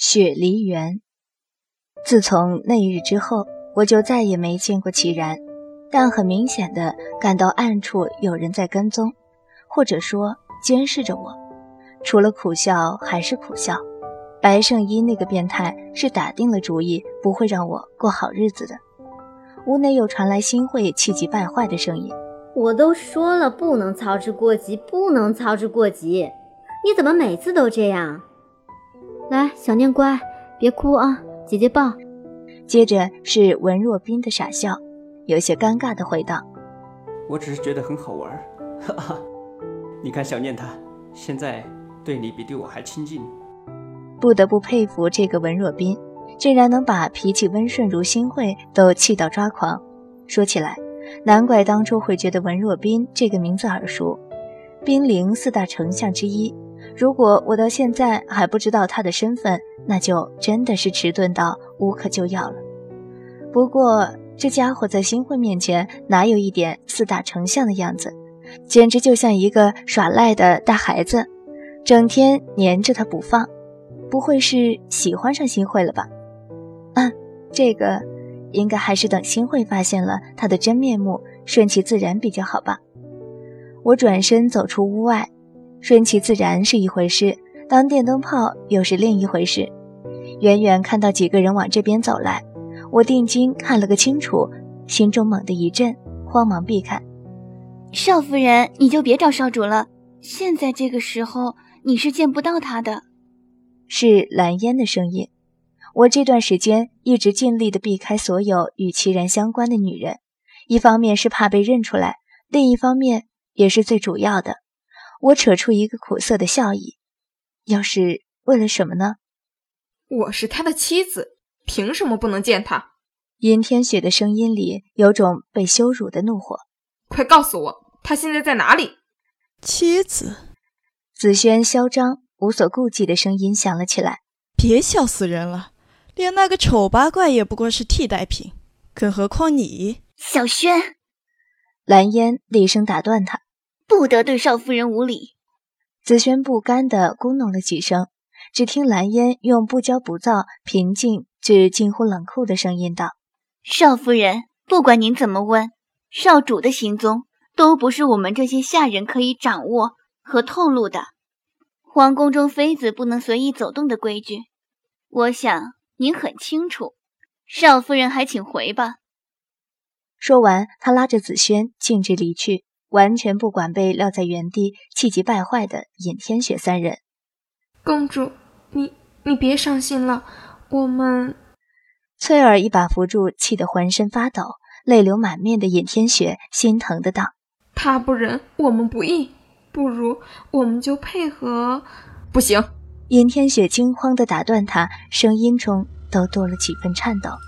雪梨园。自从那日之后，我就再也没见过齐然，但很明显的感到暗处有人在跟踪，或者说监视着我。除了苦笑还是苦笑。白圣依那个变态是打定了主意不会让我过好日子的。屋内又传来新会气急败坏的声音： 我都说了不能操之过急，不能操之过急，你怎么每次都这样？来，小念乖，别哭啊，姐姐抱。 接着是文若冰的傻笑，有些尴尬地回道： 我只是觉得很好玩，哈哈。你看小念他现在对你比对我还亲近。 不得不佩服这个文若冰，竟然能把脾气温顺如新会都气到抓狂。说起来，难怪当初会觉得文若冰这个名字耳熟，冰陵四大丞相之一。如果我到现在还不知道他的身份，那就真的是迟钝到无可救药了。不过这家伙在新会面前哪有一点四大丞相的样子，简直就像一个耍赖的大孩子，整天黏着他不放。不会是喜欢上新会了吧？这个应该还是等新会发现了他的真面目，顺其自然比较好吧。我转身走出屋外，顺其自然是一回事，当电灯泡又是另一回事。远远看到几个人往这边走来，我定睛看了个清楚，心中猛地一震，慌忙避开。 少夫人，你就别找少主了，现在这个时候你是见不到他的。 是蓝烟的声音。我这段时间一直尽力地避开所有与齐然相关的女人，一方面是怕被认出来，另一方面也是最主要的，我扯出一个苦涩的笑意。又是为了什么呢？ 我是他的妻子，凭什么不能见他？ 尹天雪的声音里有种被羞辱的怒火。 快告诉我，他现在在哪里？ 妻子。 紫萱嚣张无所顾忌的声音响了起来。 别笑死人了，连那个丑八怪也不过是替代品，更何况你。 小轩， 蓝烟厉声打断他， 不得对少夫人无礼。 紫萱不甘地咕哝了几声，只听蓝烟用不骄不躁、平静至近乎冷酷的声音道： 少夫人，不管您怎么问，少主的行踪都不是我们这些下人可以掌握和透露的。皇宫中妃子不能随意走动的规矩，我想您很清楚。少夫人还请回吧。 说完，他拉着紫萱径直离去，完全不管被撂在原地气急败坏的尹天雪三人。 公主，你别伤心了，我们…… 翠儿一把扶住气得浑身发抖、泪流满面的尹天雪，心疼的道： 他不仁，我们不义，不如我们就配合。不行！ 尹天雪惊慌地打断他，声音中都多了几分颤抖。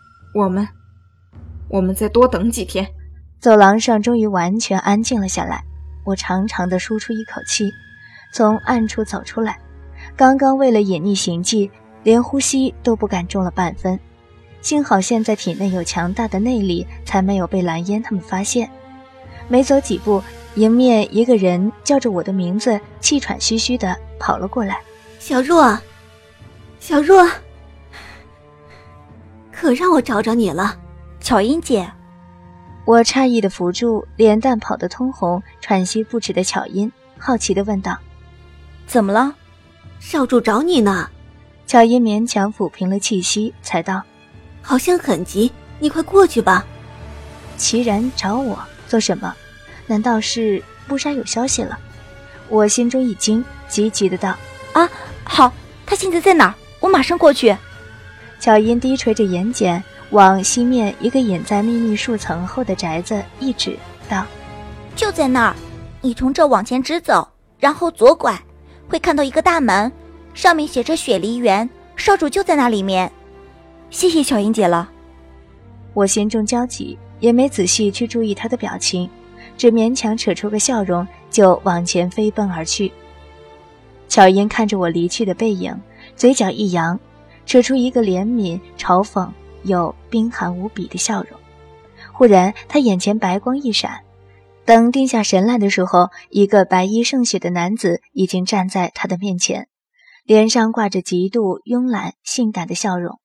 我们再多等几天。 走廊上终于完全安静了下来，我长长地舒出一口气，从暗处走出来。刚刚为了隐匿行迹，连呼吸都不敢重了半分，幸好现在体内有强大的内力，才没有被蓝烟他们发现。没走几步，迎面一个人叫着我的名字，气喘吁吁地跑了过来。 小若，小若，可让我找着你了，巧音姐。 我诧异地扶住脸蛋跑得通红、喘息不止的巧音，好奇地问道： 怎么了？少主找你呢。 巧音勉强抚平了气息，才道： 好像很急，你快过去吧。 齐然找我做什么？难道是布莎有消息了？我心中一惊，急急的道： 啊，好，他现在在哪儿？我马上过去。 巧音低垂着眼睑，往西面一个隐在密密树层后的宅子一指，道： 就在那儿，你从这往前直走，然后左拐，会看到一个大门，上面写着雪梨园，少主就在那里面。谢谢巧音姐了。 我心中焦急，也没仔细去注意她的表情，只勉强扯出个笑容，就往前飞奔而去。巧音看着我离去的背影，嘴角一扬，扯出一个怜悯、嘲讽又冰寒无比的笑容。忽然他眼前白光一闪，等定下神来的时候，一个白衣胜雪的男子已经站在他的面前。 脸上挂着极度慵懒性感的笑容。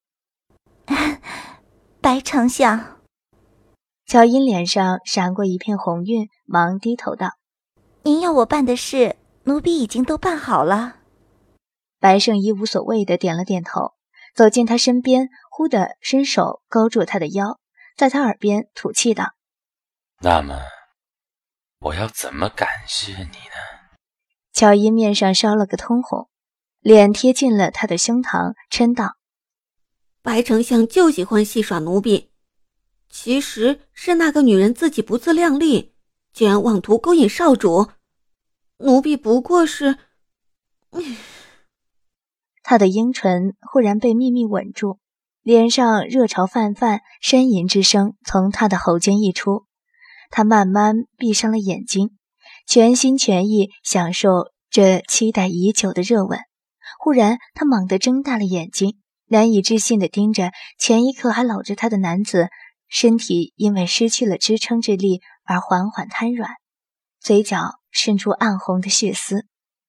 白丞相。 巧音脸上闪过一片红晕，忙低头道： 您要我办的事，奴婢已经都办好了。 白圣依无所谓地点了点头，走进他身边，忽地伸手勾住他的腰，在他耳边吐气道： 那么我要怎么感谢你呢？ 巧音面上烧了个通红，脸贴近了他的胸膛，嗔道： 白丞相就喜欢戏耍奴婢，其实是那个女人自己不自量力，竟然妄图勾引少主，奴婢不过是…… 他的樱唇忽然被秘密吻住，脸上热潮泛泛，呻吟之声从他的喉间溢出。他慢慢闭上了眼睛，全心全意享受这期待已久的热吻。忽然他猛地睁大了眼睛，难以置信地盯着前一刻还搂着他的男子，身体因为失去了支撑之力而缓缓瘫软，嘴角渗出暗红的血丝。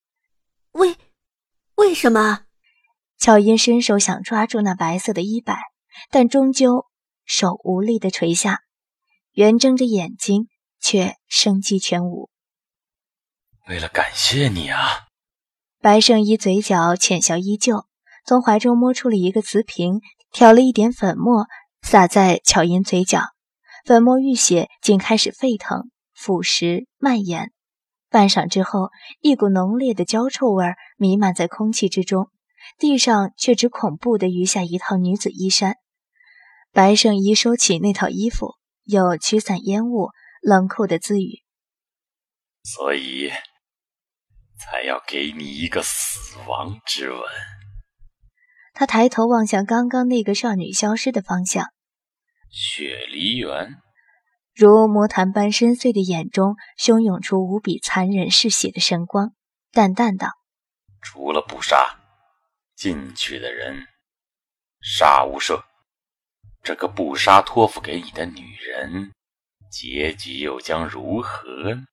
为什么？ 巧音伸手想抓住那白色的衣摆，但终究手无力地垂下，圆睁着眼睛却生机全无。 为了感谢你啊！ 白圣依嘴角浅笑依旧，从怀中摸出了一个瓷瓶，挑了一点粉末洒在巧音嘴角，粉末遇血竟开始沸腾、腐蚀、蔓延。半晌之后，一股浓烈的焦臭味弥漫在空气之中，地上却只恐怖地余下一套女子衣衫。白圣依收起那套衣服，又驱散烟雾，冷酷地自语： 所以才要给你一个死亡之吻。 他抬头望向刚刚那个少女消失的方向， 雪梨园。 如魔潭般深邃的眼中汹涌出无比残忍嗜血的神光，淡淡道： 除了不杀，进去的人杀无赦。这个不杀托付给你的女人，结局又将如何呢？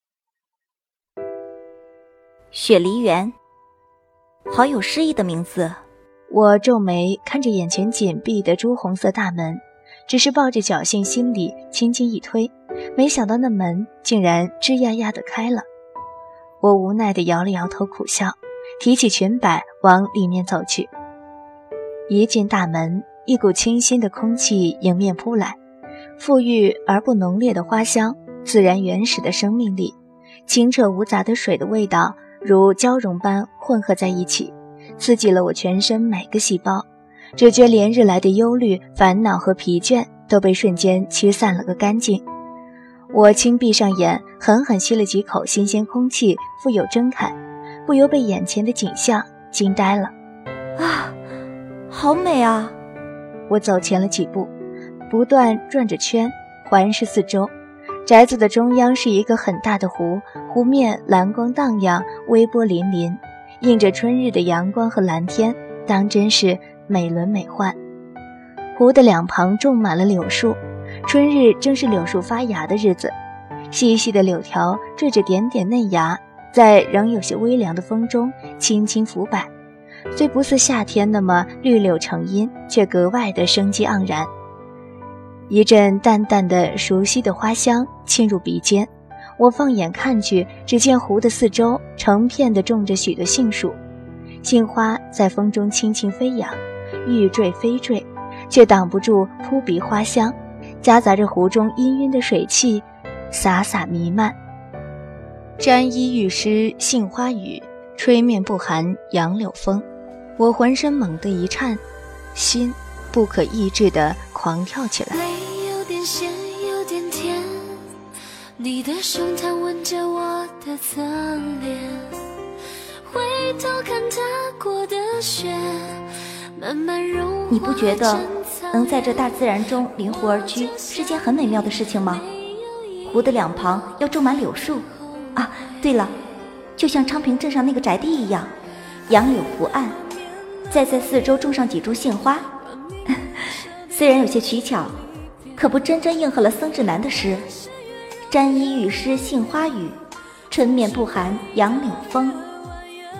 雪梨园，好有诗意的名字。 我皱眉看着眼前紧闭的朱红色大门，只是抱着侥幸心理轻轻一推，没想到那门竟然吱呀呀地开了。我无奈地摇了摇头苦笑，提起裙摆往里面走去。一进大门，一股清新的空气迎面扑来，馥郁而不浓烈的花香，自然原始的生命力，清澈无杂的水的味道如交融般混合在一起，刺激了我全身每个细胞，只觉连日来的忧虑、烦恼和疲倦都被瞬间驱散了个干净。我轻闭上眼，狠狠吸了几口新鲜空气，复又睁开，不由被眼前的景象惊呆了。 啊，好美啊！ 我走前了几步，不断转着圈，环视四周。宅子的中央是一个很大的湖，湖面蓝光荡漾，微波粼粼，映着春日的阳光和蓝天，当真是美轮美奂。湖的两旁种满了柳树，春日正是柳树发芽的日子，细细的柳条缀着点点嫩芽，在仍有些微凉的风中轻轻拂摆，虽不似夏天那么绿柳成荫，却格外的生机盎然。一阵淡淡的熟悉的花香沁入鼻尖，我放眼看去，只见湖的四周成片的种着许多杏树，杏花在风中轻轻飞扬，欲坠非坠，却挡不住扑鼻花香，夹杂着湖中氤氲的水汽，洒洒弥漫。沾衣欲湿杏花雨，吹面不寒杨柳风。我浑身猛地一颤，心不可抑制地狂跳起来。 泪有点咸有点甜，你的胸膛吻着我的侧脸，回头看踏过的雪慢慢融化。 你不觉得能在这大自然中临湖而居是件很美妙的事情吗？湖的两旁要种满柳树啊，对了，就像昌平镇上那个宅地一样，杨柳湖岸，再在四周种上几株杏花。虽然有些取巧，可不真正应和了僧志南的诗：沾衣欲湿杏花雨，春面不寒杨柳风。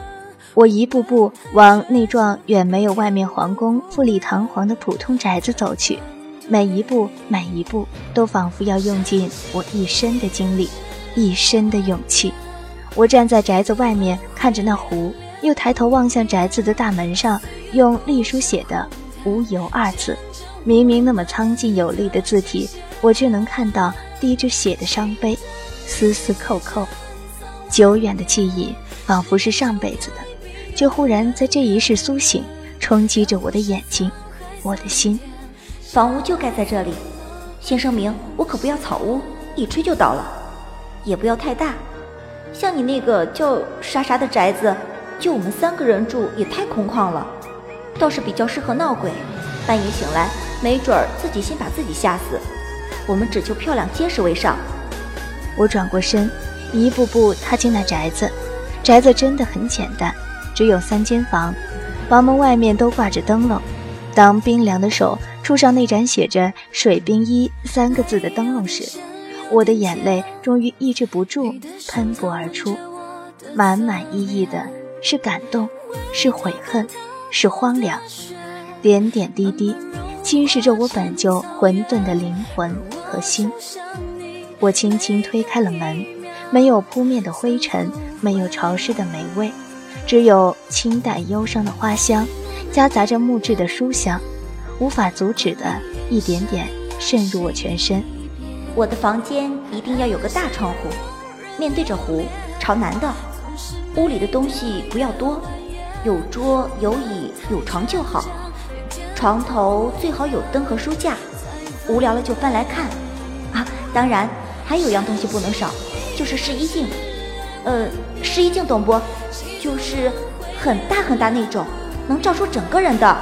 我一步步往那幢远没有外面皇宫富丽堂皇的普通宅子走去，每一步都仿佛要用尽我一生的精力，一身的勇气。我站在宅子外面看着那湖，又抬头望向宅子的大门上用隶书写的无由二字，明明那么苍劲有力的字体，我却能看到滴着血的伤悲，丝丝扣扣。久远的记忆仿佛是上辈子的，却忽然在这一世苏醒，冲击着我的眼睛，我的心。 房屋就盖在这里，先声明，我可不要草屋，一吹就倒了，也不要太大。像你那个叫莎莎的宅子，就我们3个人住也太空旷了，倒是比较适合闹鬼，半夜醒来没准儿自己先把自己吓死。我们只求漂亮结实为上。 我转过身，一步步踏进那宅子。宅子真的很简单，只有3间房，房门外面都挂着灯笼。当冰凉的手触上那盏写着水冰一3个字的灯笼时，我的眼泪终于抑制不住喷薄而出，满满溢溢的是感动，是悔恨，是荒凉，点点滴滴侵蚀着我本就混沌的灵魂和心。我轻轻推开了门，没有扑面的灰尘，没有潮湿的霉味，只有清淡忧伤的花香，夹杂着木质的书香，无法阻止的一点点渗入我全身。 我的房间一定要有个大窗户，面对着湖，朝南的。屋里的东西不要多，有桌有椅有床就好，床头最好有灯和书架，无聊了就翻来看啊。当然还有样东西不能少，就是试衣镜。试衣镜懂不？就是很大很大那种，能照出整个人的。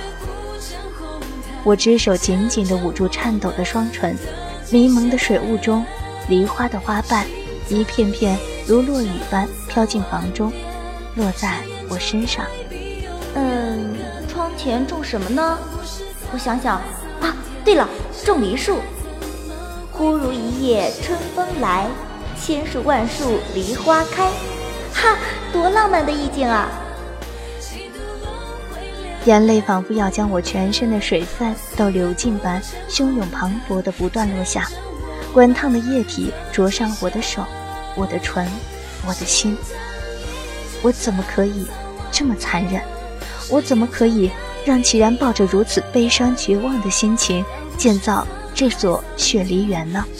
我只手紧紧地捂住颤抖的双唇，迷蒙的水雾中，梨花的花瓣一片片如落雨般飘进房中，落在我身上。 窗前种什么呢？我想想啊，对了，种梨树。忽如一夜春风来，千树万树梨花开。哈，多浪漫的意境啊！ 眼泪仿佛要将我全身的水分都流尽般汹涌磅礴地不断落下，滚烫的液体灼伤我的手，我的唇，我的心。我怎么可以这么残忍？我怎么可以让齐然抱着如此悲伤绝望的心情建造这所雪梨园呢？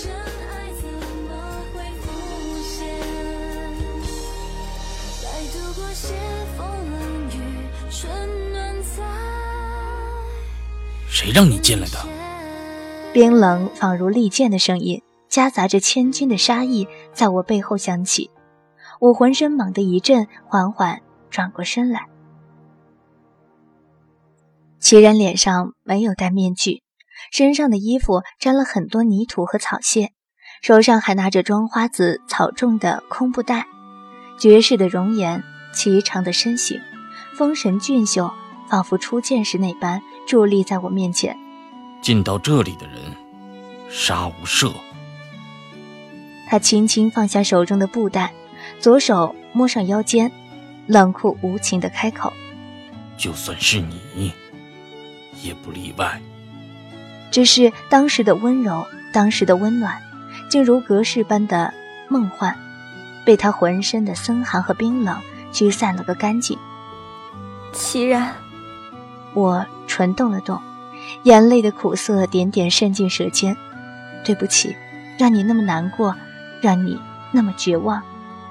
谁让你进来的？ 冰冷仿如利剑的声音夹杂着千钧的杀意在我背后响起，我浑身猛地一震，缓缓转过身来。齐然脸上没有戴面具，身上的衣服沾了很多泥土和草屑，手上还拿着装花籽草种的空布袋，绝世的容颜，颀长的身形，丰神俊秀，仿佛初见时那般伫立在我面前。 进到这里的人，杀无赦。 他轻轻放下手中的布袋，左手摸上腰间，冷酷无情地开口： 就算是你，也不例外。 只是当时的温柔，当时的温暖，竟如隔世般的梦幻，被他浑身的森寒和冰冷驱散了个干净。 齐然， 我唇动了动，眼泪的苦涩点点渗进舌尖。对不起，让你那么难过，让你那么绝望。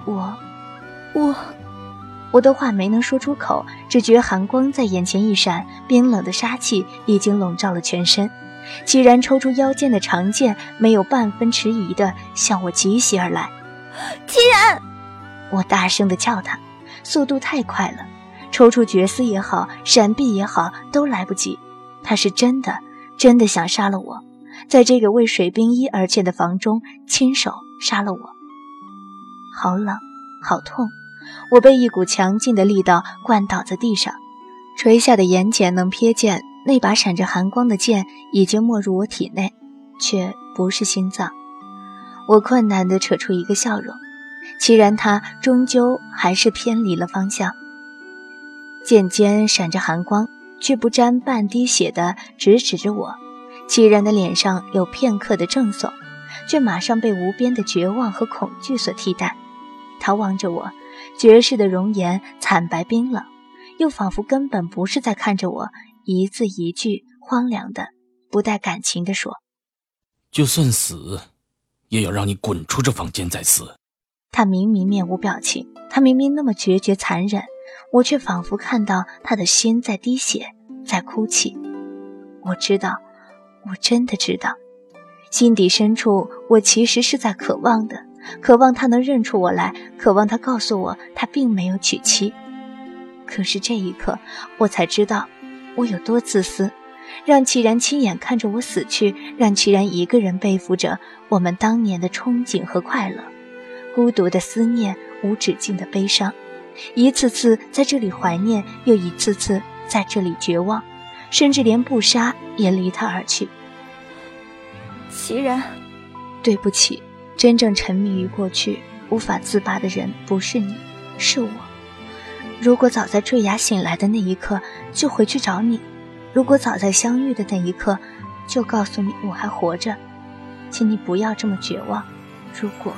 我的话没能说出口，只觉寒光在眼前一闪，冰冷的杀气已经笼罩了全身。齐然抽出腰间的长剑，没有半分迟疑地向我急袭而来。 齐然！ 我大声地叫他，速度太快了，抽出绝丝也好，闪避也好，都来不及。他是真的想杀了我，在这个为水冰衣而建的房中亲手杀了我。好冷，好痛，我被一股强劲的力道灌倒在地上，垂下的眼睑能瞥见那把闪着寒光的剑已经没入我体内，却不是心脏。我困难地扯出一个笑容，齐然他终究还是偏离了方向。 剑尖闪着寒光，却不沾半滴血的直指着我。齐然的脸上有片刻的怔悚，却马上被无边的绝望和恐惧所替代。他望着我，绝世的容颜惨白冰冷，又仿佛根本不是在看着我，一字一句荒凉的不带感情地说： 就算死也要让你滚出这房间再死。 他明明面无表情，他明明那么决绝残忍，我却仿佛看到他的心在滴血，在哭泣。我知道，我真的知道，心底深处我其实是在渴望的，渴望他能认出我来，渴望他告诉我他并没有娶妻。可是这一刻我才知道我有多自私，让齐然亲眼看着我死去，让齐然一个人背负着我们当年的憧憬和快乐，孤独的思念，无止境的悲伤，一次次在这里怀念，又一次次在这里绝望，甚至连不杀也离他而去。 齐然， 对不起，真正沉迷于过去无法自拔的人不是你，是我。如果早在坠崖醒来的那一刻就回去找你，如果早在相遇的那一刻就告诉你我还活着，请你不要这么绝望。如果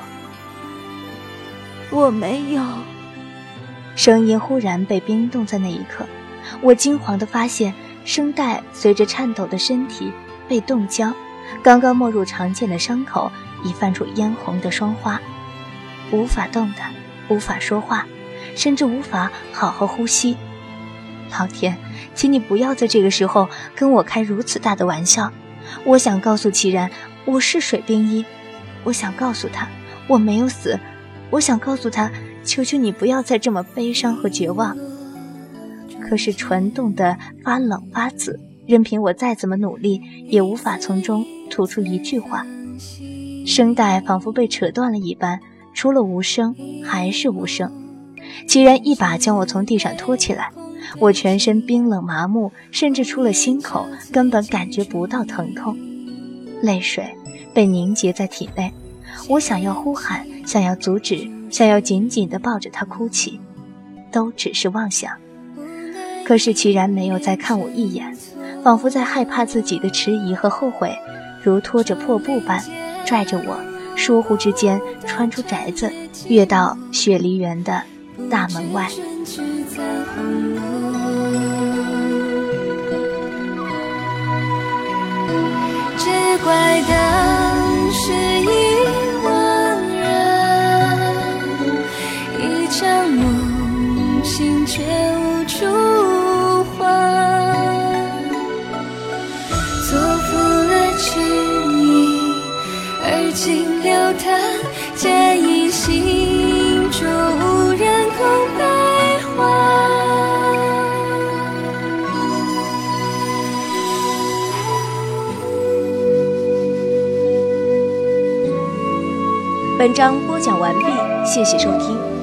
我没有。 声音忽然被冰冻在那一刻，我惊惶地发现声带随着颤抖的身体被冻僵，刚刚没入常见的伤口已泛出嫣红的霜花，无法动弹，无法说话，甚至无法好好呼吸。老天，请你不要在这个时候跟我开如此大的玩笑。我想告诉齐然，我是水冰衣，我想告诉他我没有死，我想告诉他，求求你不要再这么悲伤和绝望。可是唇冻得发冷发紫，任凭我再怎么努力也无法从中吐出一句话，声带仿佛被扯断了一般，除了无声还是无声。齐然一把将我从地上拖起来，我全身冰冷麻木，甚至出了心口根本感觉不到疼痛，泪水被凝结在体内。我想要呼喊，想要阻止，想要紧紧地抱着他哭泣，都只是妄想。可是齐然没有再看我一眼，仿佛在害怕自己的迟疑和后悔，如拖着破布般拽着我，疏忽之间穿出宅子，跃到雪梨园的大门外。 只怪当时已惘然，一场梦醒却无处还，错付了情意，而今流淌，借一心中无人空悲欢。 本章播讲完毕，谢谢收听。